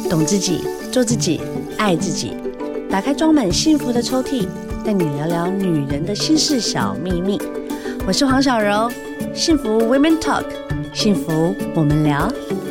懂自己，做自己，爱自己。打开装满幸福的抽屉，带你聊聊女人的心事小秘密。我是黄小柔，幸福 Women Talk， 幸福我们聊。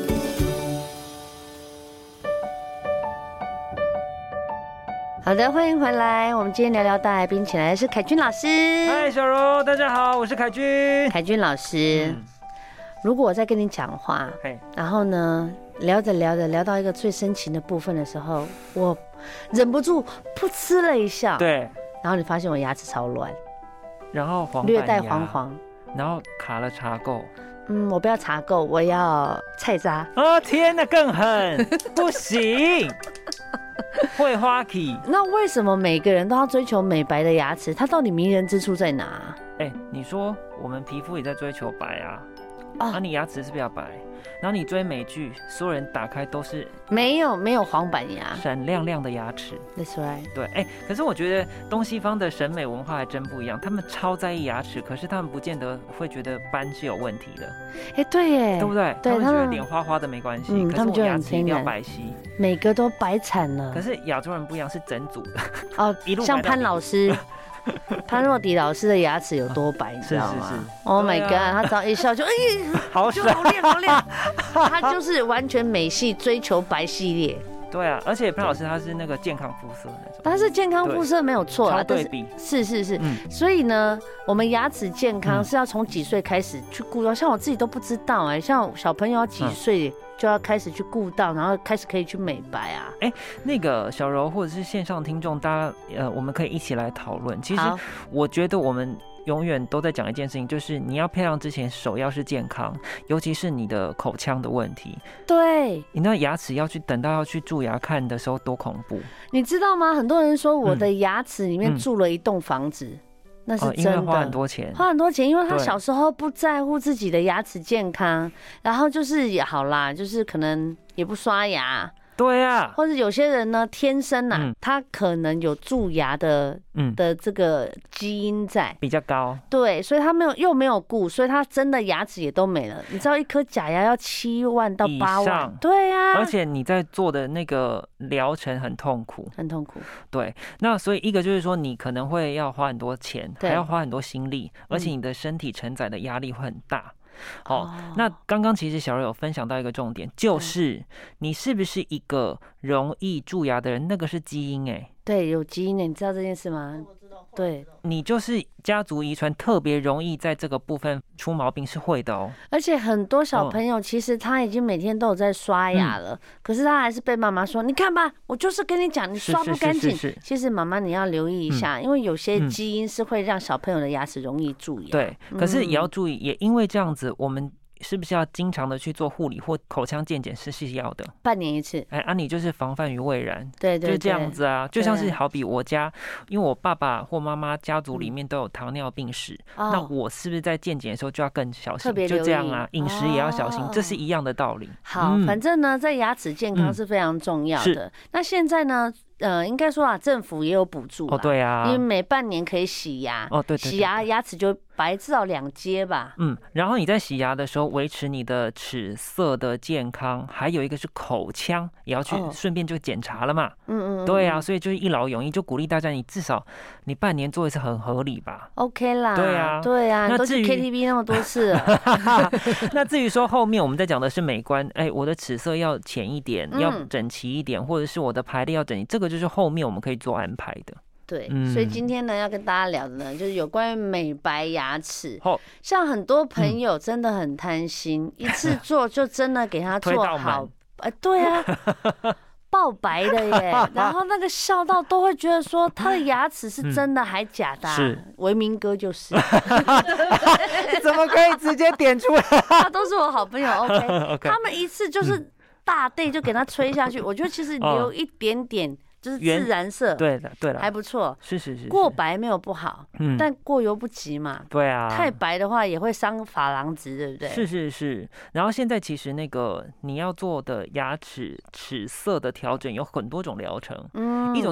好的，欢迎回来。我们今天聊聊大来宾，请来的是凯君老师。 嗨，小柔，大家好，我是凯君。 凯君老师，如果我在跟你讲话，然后呢，聊着聊着聊到一个最深情的部分的时候，我忍不住噗嗤了一笑。 对， 然后你发现我牙齿超乱， 然后黄略带黄黄， 然后卡了茶垢。 我不要茶垢，我要菜渣。 哦，天哪，更狠，不行。会花起。 那为什么每个人都要追求美白的牙齿？它到底迷人之处在哪？ 你说我们皮肤也在追求白啊，那你牙齿是不是要白？然后你追美剧，所有人打开都是没有黄板牙， 闪亮亮的牙齿。 That's right。 对，可是我觉得东西方的审美文化还真不一样，他们超在意牙齿，可是他们不见得会觉得斑是有问题的。 对耶， 对不对？ 对， 他们觉得脸花花的没关系，可是我牙齿一定要白皙， 每个都白惨了。 可是亚洲人不一样，是整组的哦，像潘老师。潘若迪老师的牙齿有多白，你知道吗？是 Oh my god， 他只要一笑就好就好亮好亮，他就是完全美系追求白系列。 对啊，而且潘老师他是那个健康肤色那种， 他是健康肤色没有错啦， 对比是，所以呢，我们牙齿健康是要从几岁开始去顾到，像我自己都不知道像小朋友要几岁就要开始去顾到，然后开始可以去美白啊。 那个小柔或者是线上听众，大家我们可以一起来讨论。其实我觉得我们永远都在讲一件事情，就是你要漂亮之前，首要是健康，尤其是你的口腔的问题。 对， 你那牙齿等到要去蛀牙看的时候多恐怖， 你知道吗？很多人说我的牙齿里面住了一栋房子。那是真的， 因为花很多钱， 因为他小时候不在乎自己的牙齿健康，然后就是也好啦，就是可能也不刷牙。 对啊， 或者有些人呢，天生他可能有蛀牙的这个基因在比较高， 对，所以他又没有顾，所以他真的牙齿也都没了。你知道一颗假牙要7万到8万，对啊， 而且你在做的那个疗程很痛苦， 很痛苦。 对，那所以一个就是说，你可能会要花很多钱，还要花很多心力，而且你的身体承载的压力会很大。那刚刚其实小柔有分享到一个重点，就是你是不是一个容易蛀牙的人，那个是基因对，有基因你知道这件事吗？对， 你就是家族遗传特别容易在这个部分出毛病，是会的哦。 而且很多小朋友其实他已经每天都有在刷牙了，可是他还是被妈妈说：“你看吧，我就是跟你讲，你刷不干净。”其实妈妈你要留意一下，因为有些基因是会让小朋友的牙齿容易蛀牙。 对，可是也要注意，也因为这样子，我们是不是要经常的去做护理或口腔健检是要的，半年一次。你就是防范于未然，对，就是这样子啊。就像是好比我家，因为我爸爸或妈妈家族里面都有糖尿病史，那我是不是在健检的时候就要更小心？就这样啊，饮食也要小心，这是一样的道理。 好，反正呢，在牙齿健康是非常重要的。那现在呢？应该说政府也有补助对啊， 因为每半年可以洗牙，对，洗牙牙齿就白至少2阶吧。 然后你在洗牙的时候维持你的齿色的健康，还有一个是口腔也要去顺便就检查了嘛。对啊，所以就是一劳永逸，就鼓励大家，你至少你半年做一次很合理吧。 OK 啦， 对啊， 你都去 KTV 那么多次了。 那至于说后面我们在讲的是美观，我的齿色要浅一点，要整齐一点，或者是我的排列要整齐，这个就是后面我们可以做安排的。 对，所以今天呢要跟大家聊的呢，就是有关于美白牙齿。像很多朋友真的很贪心，一次做就真的给他做好。对啊，爆白的耶，然后那个笑到都会觉得说他的牙齿是真的还假的。是，维明哥就是。 怎么可以直接点出来？ 他都是我好朋友。OK， 他们一次就是大对就给他吹下去。我觉得其实留一点点。就是自然色，对了，还不错，是，过白没有不好，但过犹不及嘛。对啊，太白的话也会伤珐琅质，对不对？是。然后现在其实那个你要做的牙齿齿色的调整有很多种疗程，一种是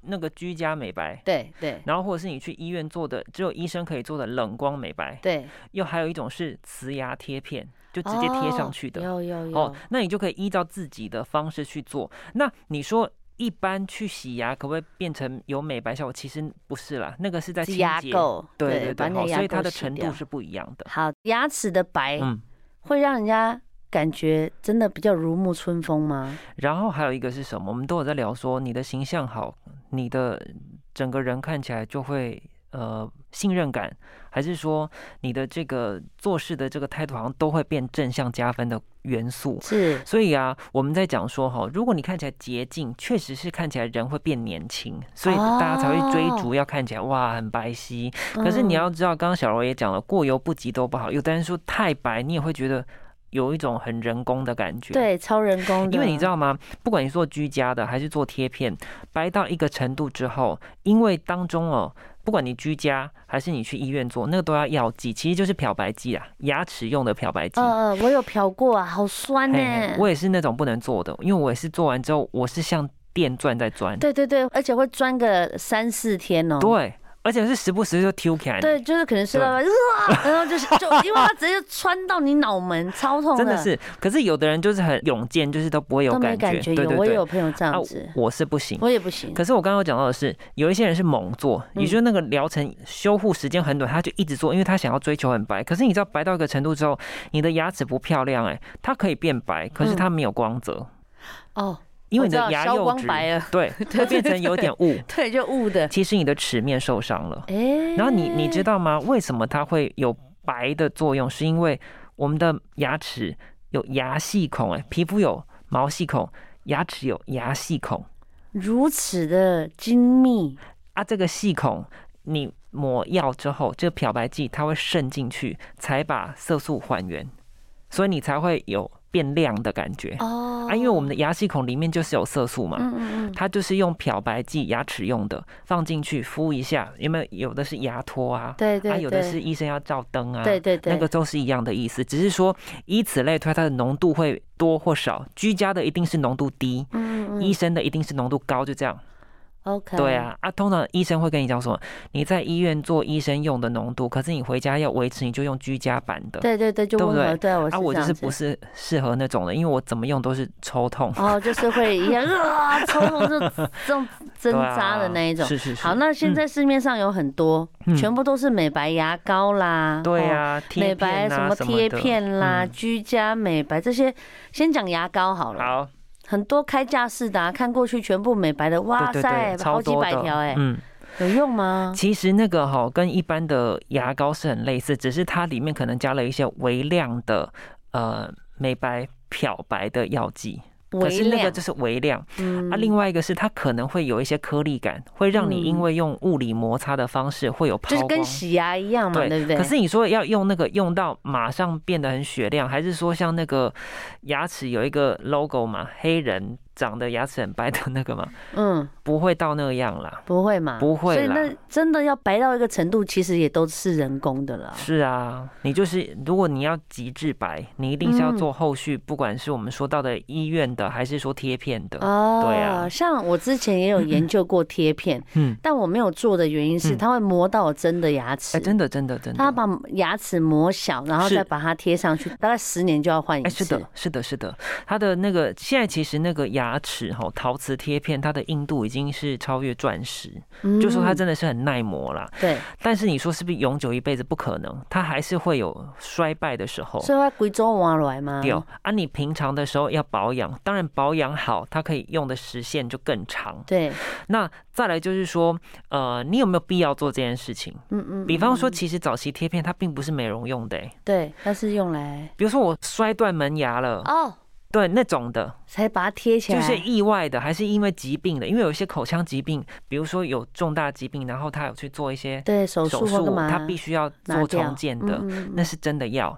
那个居家美白， 对对， 然后或者是你去医院做的，只有医生可以做的冷光美白， 对， 又还有一种是瓷牙贴片，就直接贴上去的， 有， 那你就可以依照自己的方式去做。那你说一般去洗牙可不可以变成有美白效果？其实不是啦，那个是在清洁， 牙垢， 对，所以它的程度是不一样的。 好，牙齿的白，会让人家感觉真的比较如沐春风吗？ 然后还有一个是什么？我们都有在聊说，你的形象好，你的整个人看起来就会信任感，还是说你的这个做事的这个态度好像都会变正向加分的元素。 是， 所以啊，我们在讲说哈，如果你看起来洁净，确实是看起来人会变年轻，所以大家才会追逐要看起来哇很白皙。可是你要知道，刚刚小柔也讲了，过犹不及都不好。有的人说太白，你也会觉得有一种很人工的感觉， 对，超人工的。 因为你知道吗？不管你做居家的还是做贴片，白到一个程度之后，因为当中不管你居家还是你去医院做，那个都要药剂，其实就是漂白剂啊，牙齿用的漂白剂。 我有漂过啊，好酸呢。 我也是那种不能做的，因为我也是做完之后，我是像电钻在钻。 对对对，而且会钻个3-4天哦。 对。而且是时不时就挑起来， 对，就是可能是到然后就因为它直接穿到你脑门，超痛的。 真的是，可是有的人就是很勇健，就是都不会有感觉。 都没感觉，对，我也有朋友这样子， 我是不行， 我也不行。 可是我刚刚讲到的是，有一些人是猛做，也就是那个疗程修护时间很短，他就一直做，因为他想要追求很白。可是你知道白到一个程度之后，你的牙齿不漂亮，它可以变白，可是它没有光泽。因为你的牙釉质对会变成有点雾， 对，就雾的。 其实你的齿面受伤了，然后你知道吗？为什么它会有白的作用？是因为我们的牙齿有牙细孔，皮肤有毛细孔，牙齿有牙细孔， 如此的精密啊！这个细孔你抹药之后，这个漂白剂它会渗进去，才把色素还原，所以你才会有变亮的感觉因为我们的牙细孔里面就是有色素嘛，它就是用漂白剂牙齿用的放进去敷一下，有的是牙托啊， 对，有的是医生要照灯啊， 对， 那个都是一样的意思，只是说以此类推，它的浓度会多或少，居家的一定是浓度低，医生的一定是浓度高，就这样。 OK， 对啊，通常医生会跟你讲说，你在医院做医生用的浓度，可是你回家要维持，你就用居家版的。 对，就温和。对， 我就是不是适合那种的，因为我怎么用都是抽痛。 就是会一样抽痛就这种针扎的那一种。 是。 好，那现在市面上有很多，全部都是美白牙膏啦， 对啊， 美白什么贴片啦，居家美白这些。先讲牙膏好了。 好。 很多开架式的看过去全部美白的，哇塞，好几百条有用吗？ 其实那个跟一般的牙膏是很类似，只是它里面可能加了一些微量的美白漂白的药剂。可是那个就是微量，另外一个是它可能会有一些颗粒感，会让你因为用物理摩擦的方式会有抛光， 就是跟洗牙一样嘛，对不对？ 可是你说要用那个用到马上变得很雪亮，还是说像那个牙齿有一个 logo 嘛，黑人长得牙齿很白的那个嘛，不会到那样啦， 不会嘛， 不会啦。 所以那真的要白到一个程度，其实也都是人工的啦。 是啊，你就是如果你要极致白，你一定是要做后续，不管是我们说到的医院的，还是说贴片的。对啊， 像我之前也有研究过贴片，但我没有做的原因是，它会磨到我真的牙齿。 真的， 它把牙齿磨小，然后再把它贴上去，大概10年就要换一次。 是的，它的那个现在其实那个牙齿陶瓷贴片，它的硬度已经是超越钻石，就说它真的是很耐磨啦。 对， 但是你说是不是永久一辈子？不可能，它还是会有衰败的时候。 所以会贵州挖来吗？ 对你平常的时候要保养，当然保养好，它可以用的时限就更长。 对， 那再来就是说，你有没有必要做这件事情？比方说，其实早期贴片它并不是美容用的， 对，它是用来， 比如说我摔断门牙了，对，那种的才把它贴起来， 就是意外的，还是因为疾病的？因为有一些口腔疾病，比如说有重大疾病，然后他有去做一些手术，他必须要做重建的，那是真的要。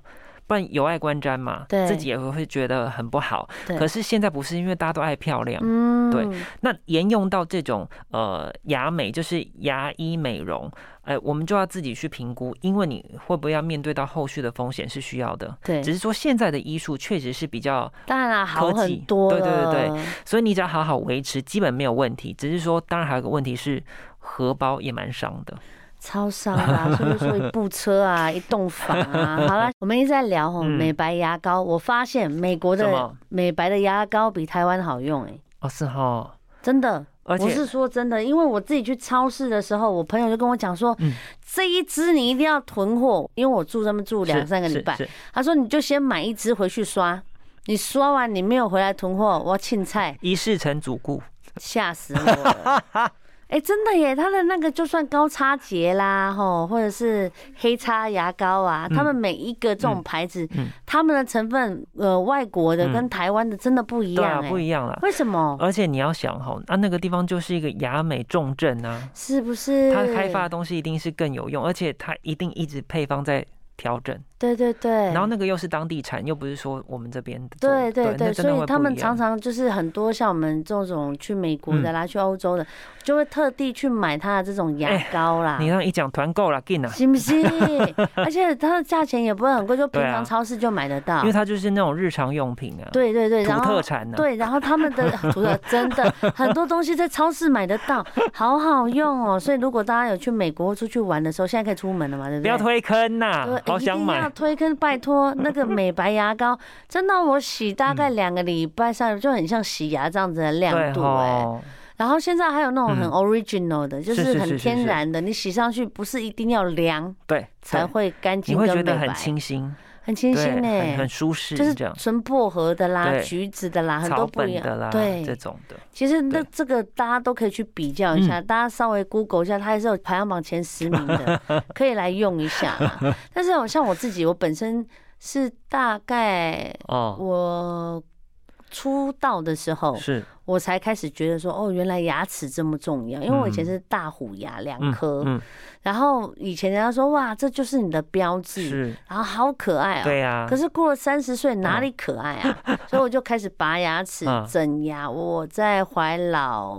不然有碍观瞻嘛，自己也会觉得很不好。可是现在不是，因为大家都爱漂亮，对。那沿用到这种牙美，就是牙医美容，我们就要自己去评估，因为你会不会要面对到后续的风险是需要的。 对， 只是说现在的医术确实是比较当然好很多， 对，所以你只要好好维持，基本没有问题。只是说，当然还有个问题是，荷包也蛮伤的。 超伤啊！所以说一部车啊，一栋房啊。好了，我们一直在聊美白牙膏。我发现美国的美白的牙膏比台湾好用是哈， 真的。我是说真的，因为我自己去超市的时候，我朋友就跟我讲说，这一支你一定要囤货，因为我住这么住2-3个礼拜。他说你就先买一支回去刷，你刷完你没有回来囤货，我要庆菜。 一世成主顾， 吓死我了。真的耶，它的那个就算高叉节啦，或者是黑叉牙膏啊，他们每一个这种牌子，他们的成分，外国的跟台湾的真的不一样， 不一样啦。 为什么？ 而且你要想那个地方就是一个牙美重镇啊， 是不是？ 它开发的东西一定是更有用，而且它一定一直配方在调整。 对，然后那个又是当地产，又不是说我们这边的。 对，所以他们常常就是很多像我们这种去美国的啦，去欧洲的，就会特地去买它的这种牙膏啦。 你让一讲团购啦，进啦， 行不行？而且它的价钱也不会很贵，就平常超市就买得到。 因为它就是那种日常用品啊。 对， 土特产啊。 对，然后他们的土特真的很多东西在超市买得到，好好用哦。所以如果大家有去美国出去玩的时候，现在可以出门了嘛，对不对？ 不要推坑呐，好想买。 推坑，拜托，那个美白牙膏真的，我洗大概2个礼拜上，就很像洗牙这样子的亮度然后现在还有那种很 original 的，就是很天然的，你洗上去不是一定要凉，才会干净， 你会觉得很清新。 很清新很舒适， 就是纯薄荷的啦、橘子的啦，很多不一样的啦， 对这种的。 其实这个大家都可以去比较一下，大家稍微 Google 一下，它还是有排行榜前10名的，可以来用一下啦。但是像我自己，我本身是大概我出道的时候，我才开始觉得说，原来牙齿这么重要。因为我以前是大虎牙2颗，然后以前人家说哇，这就是你的标志，然后好可爱对呀。 可是过了30岁，哪里可爱啊？所以我就开始拔牙齿、整牙。我在怀老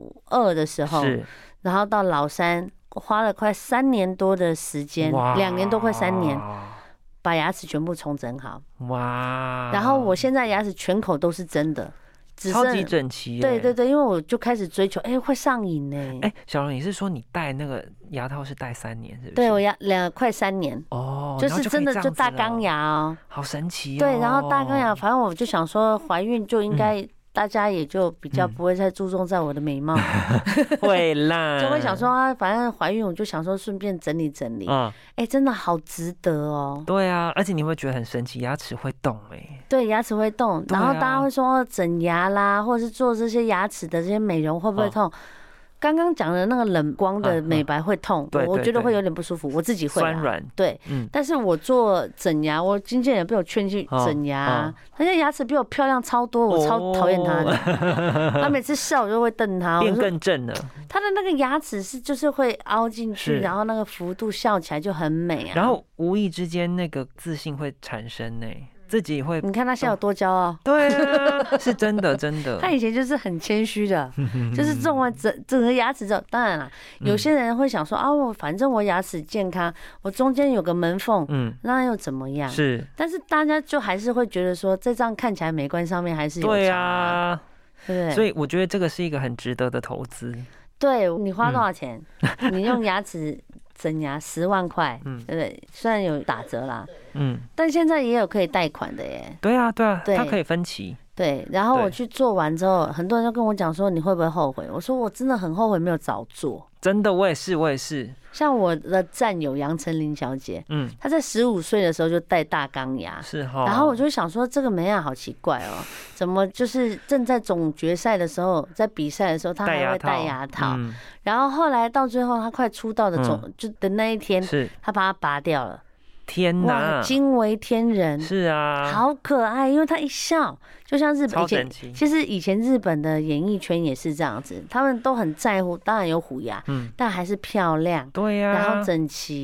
2的时候，然后到老3，花了快3年多的时间，2年多快3年。把牙齿全部重整好，然后我现在牙齿全口都是真的， 超级整齐。 对，因为我就开始追求，会上瘾呢。 小荣，你是说你戴那个牙套是戴3年，是不是？ 对，我快3年就是真的就大钢牙好神奇。 对，然后大钢牙，反正我就想说，怀孕就应该。大家也就比较不会再注重在我的美貌， 会啦， 就会想说反正怀孕我就想说顺便整理整理，真的好值得哦。 对啊，而且你会觉得很神奇，牙齿会动对，牙齿会动，然后大家会说整牙啦，或者是做这些牙齿的这些美容会不会痛？刚刚讲的那个冷光的美白会痛，我觉得会有点不舒服，我自己会酸软。 对，但是我做整牙，我经纪人被我劝去整牙，他家牙齿比我漂亮超多，我超讨厌他的。他每次笑我就会瞪他， 变更正了。 他的那个牙齿就是会凹进去，然后那个幅度笑起来就很美啊。 然后无意之间那个自信会产生自己会， 你看他现在有多骄傲。 对啊，是真的真的。 他以前就是很谦虚的，就是种完整个牙齿之后，当然啦，有些人会想说反正我牙齿健康，我中间有个门缝，那又怎么样？ 是， 但是大家就还是会觉得说，这张看起来美观上面还是有差。 对啊， 对不对？ 所以我觉得这个是一个很值得的投资。 对，你花多少钱？你用牙齿整牙10万块，对不对？虽然有打折啦，但现在也有可以贷款的耶。 对啊，它可以分期。 对，然后我去做完之后，很多人都跟我讲说，你会不会后悔？我说我真的很后悔没有早做。真的，我也是。 像我的战友杨丞琳小姐，她在15岁的时候就戴大钢牙，然后我就想说，这个美亚好奇怪哦，怎么就是正在总决赛的时候，在比赛的时候，她还会戴牙套，然后后来到最后，她快出道的就的那一天，她把它拔掉了。 天哪， 惊为天人！ 是啊， 好可爱，因为他一笑，就像日本其实以前日本的演艺圈也是这样子，他们都很在乎，当然有虎牙，但还是漂亮， 对呀， 然后整齐，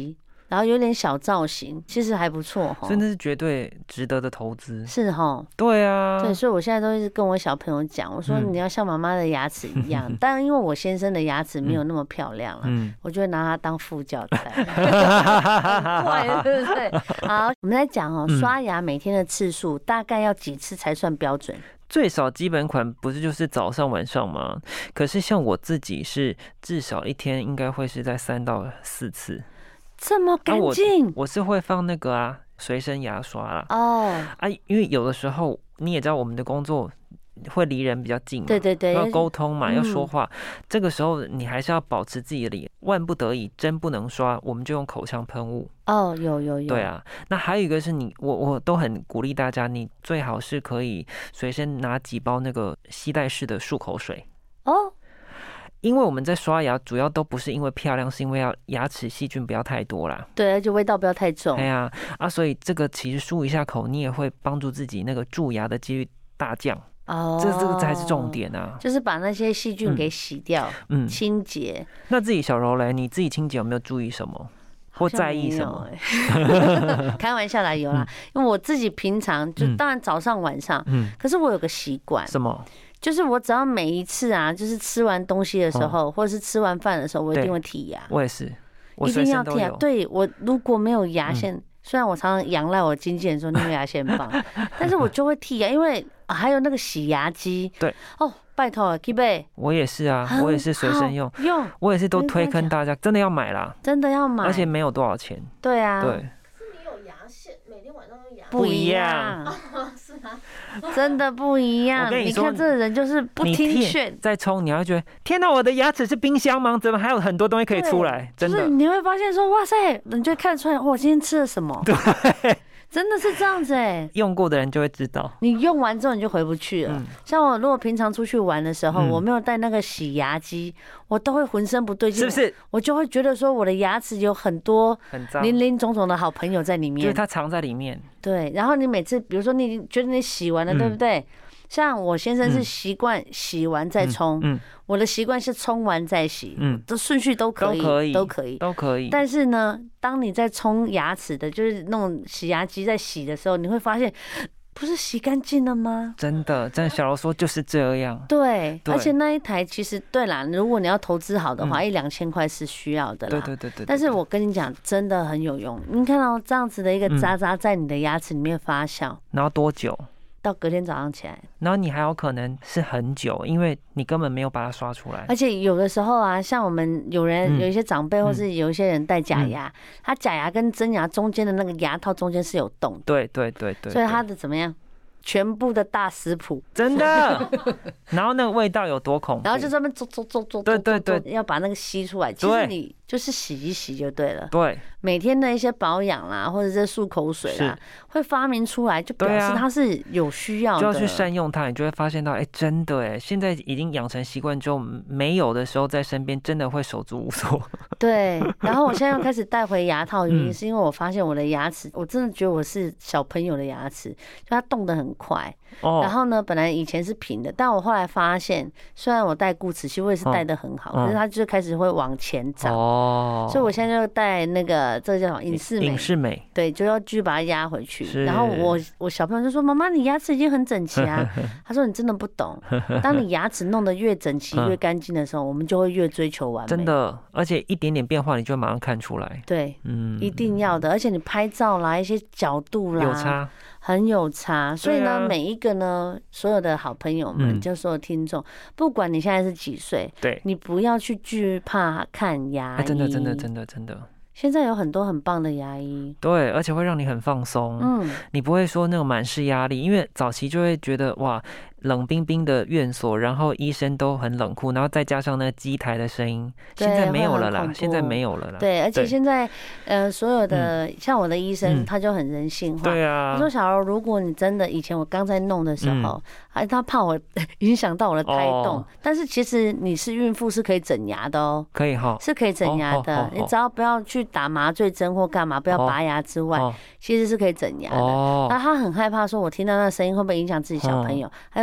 然后有点小造型，其实还不错哈。 所以那是绝对值得的投资。 是哈。 对啊。 对，所以我现在都是跟我小朋友讲，我说你要像妈妈的牙齿一样。当然，因为我先生的牙齿没有那么漂亮了，我就会拿它当副教材。很怪，对不对？好，我们来讲哦，刷牙每天的次数大概要几次才算标准？ 最少基本款不是就是早上晚上吗？可是像我自己是至少一天应该会是在3到4次， 这么干净。 我是会放那个随身牙刷啦。因为有的时候你也知道我们的工作会离人比较近嘛，对，要沟通嘛，要说话，这个时候你还是要保持自己的脸，万不得已真不能刷，我们就用口腔喷雾。 有。 对啊，那还有一个是我都很鼓励大家，你最好是可以随身拿几包那个吸带式的漱口水。因为我们在刷牙主要都不是因为漂亮，是因为要牙齿细菌不要太多啦。 对，而且味道不要太重。 对啊，所以这个其实漱一下口，你也会帮助自己那个蛀牙的几率大降。这个才是重点啊， 就是把那些细菌给洗掉，清洁。 那自己小柔嘞，你自己清洁有没有注意什么或在意什么？ 开玩笑啦，有啦，因为我自己平常就当然早上晚上，可是我有个习惯， 什么？ 就是我只要每一次就是吃完东西的时候，或者是吃完饭的时候，我一定会剔牙。 我也是， 一定要剔牙。对，我如果没有牙线。虽然我常常仰赖我经纪人说你有牙线棒，但是我就会剔牙，因为还有那个洗牙机。 对拜托 ，Keep。 我也是啊，我也是随身用，我也是都推坑大家，真的要买啦， 真的要买， 而且没有多少钱。 对啊， 对。 是你有牙线，每天晚上用牙不一样， 是吗？ 真的不一样。 我跟你说， 你看这个人就是不听劝， 再冲，你要觉得天哪，我的牙齿是冰箱吗？怎么还有很多东西可以出来？真的， 就是你会发现说，哇塞，你就看得出来，我今天吃了什么。 对。 真的是这样子用过的人就会知道， 你用完之后你就回不去了。像我如果平常出去玩的时候，我没有带那个洗牙机，我都会浑身不对劲， 是不是？ 我就会觉得说我的牙齿有很多林林总总的好朋友在里面， 就是它藏在里面。 对，然后你每次比如说你觉得你洗完了，对不对？像我先生是习惯洗完再冲，我的习惯是冲完再洗，这顺序都可以。但是呢，当你在冲牙齿的，就是那种洗牙机在洗的时候，你会发现，不是洗干净了吗？ 真的，小柔说就是这样。 对，而且那一台其实对啦，如果你要投资好的话，1-2千块是需要的啦。 对。 但是我跟你讲，真的很有用。你看到这样子的一个渣渣在你的牙齿里面发酵， 然后多久？ 到隔天早上起来， 然后你还有可能是很久，因为你根本没有把它刷出来。 而且有的时候像我们有一些长辈，或是有一些人戴假牙，他假牙跟真牙中间的那个牙套中间是有洞的。 对。 所以他的怎么样？全部的大食谱， 真的。然后那个味道有多恐怖？ 然后就专门做， 对， 要把那个吸出来。其实你就是洗一洗就对了。 对， 每天的一些保养啦，或者是漱口水啦，会发明出来，就表示它是有需要的， 就要去善用它。你就会发现到，真的现在已经养成习惯之后，没有的时候在身边，真的会手足无措。 对，然后我现在要开始带回牙套，原因是因为我发现我的牙齿，我真的觉得我是小朋友的牙齿，就它动得很快。然后呢，本来以前是平的，但我后来发现，虽然我戴固齿器，我也是戴得很好，可是它就开始会往前长。所以我现在就戴那个这个叫什么隐适美，对，就要继续把它压回去。然后我小朋友就说：“妈妈，你牙齿已经很整齐啊。”他说：“你真的不懂，当你牙齿弄得越整齐、越干净的时候，我们就会越追求完美。” 真的，而且一点点变化，你就马上看出来。 对，一定要的。而且你拍照啦，一些角度啦， 有差。 很有差，所以呢，每一个呢，所有的好朋友们，就所有听众，不管你现在是几岁， 对， 你不要去惧怕看牙医， 真的。 现在有很多很棒的牙医， 对，而且会让你很放松，你不会说那种满是压力，因为早期就会觉得哇。冷冰冰的院所，然后医生都很冷酷，然后再加上那机台的声音，现在没有了啦， 对，而且现在所有的像我的医生，他就很人性化。 对啊， 他说小柔，如果你真的以前我刚在弄的时候，他怕我影响到我的胎动，但是其实你是孕妇是可以整牙的哦， 可以哈， 是可以整牙的，你只要不要去打麻醉针或干嘛，不要拔牙之外，其实是可以整牙的。那他很害怕说，我听到那声音会不会影响自己小朋友？他就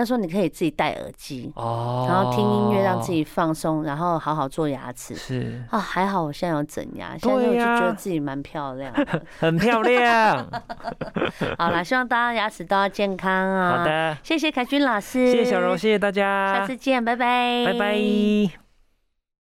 说你可以自己戴耳机然后听音乐让自己放松，然后好好做牙齿。 是啊，还好我现在有整牙，现在我就觉得自己蛮漂亮的， 很漂亮。 好啦，希望大家牙齿都要健康啊。 好的， 谢谢凯君老师， 谢谢小柔，谢谢大家， 下次见，拜拜， 拜拜。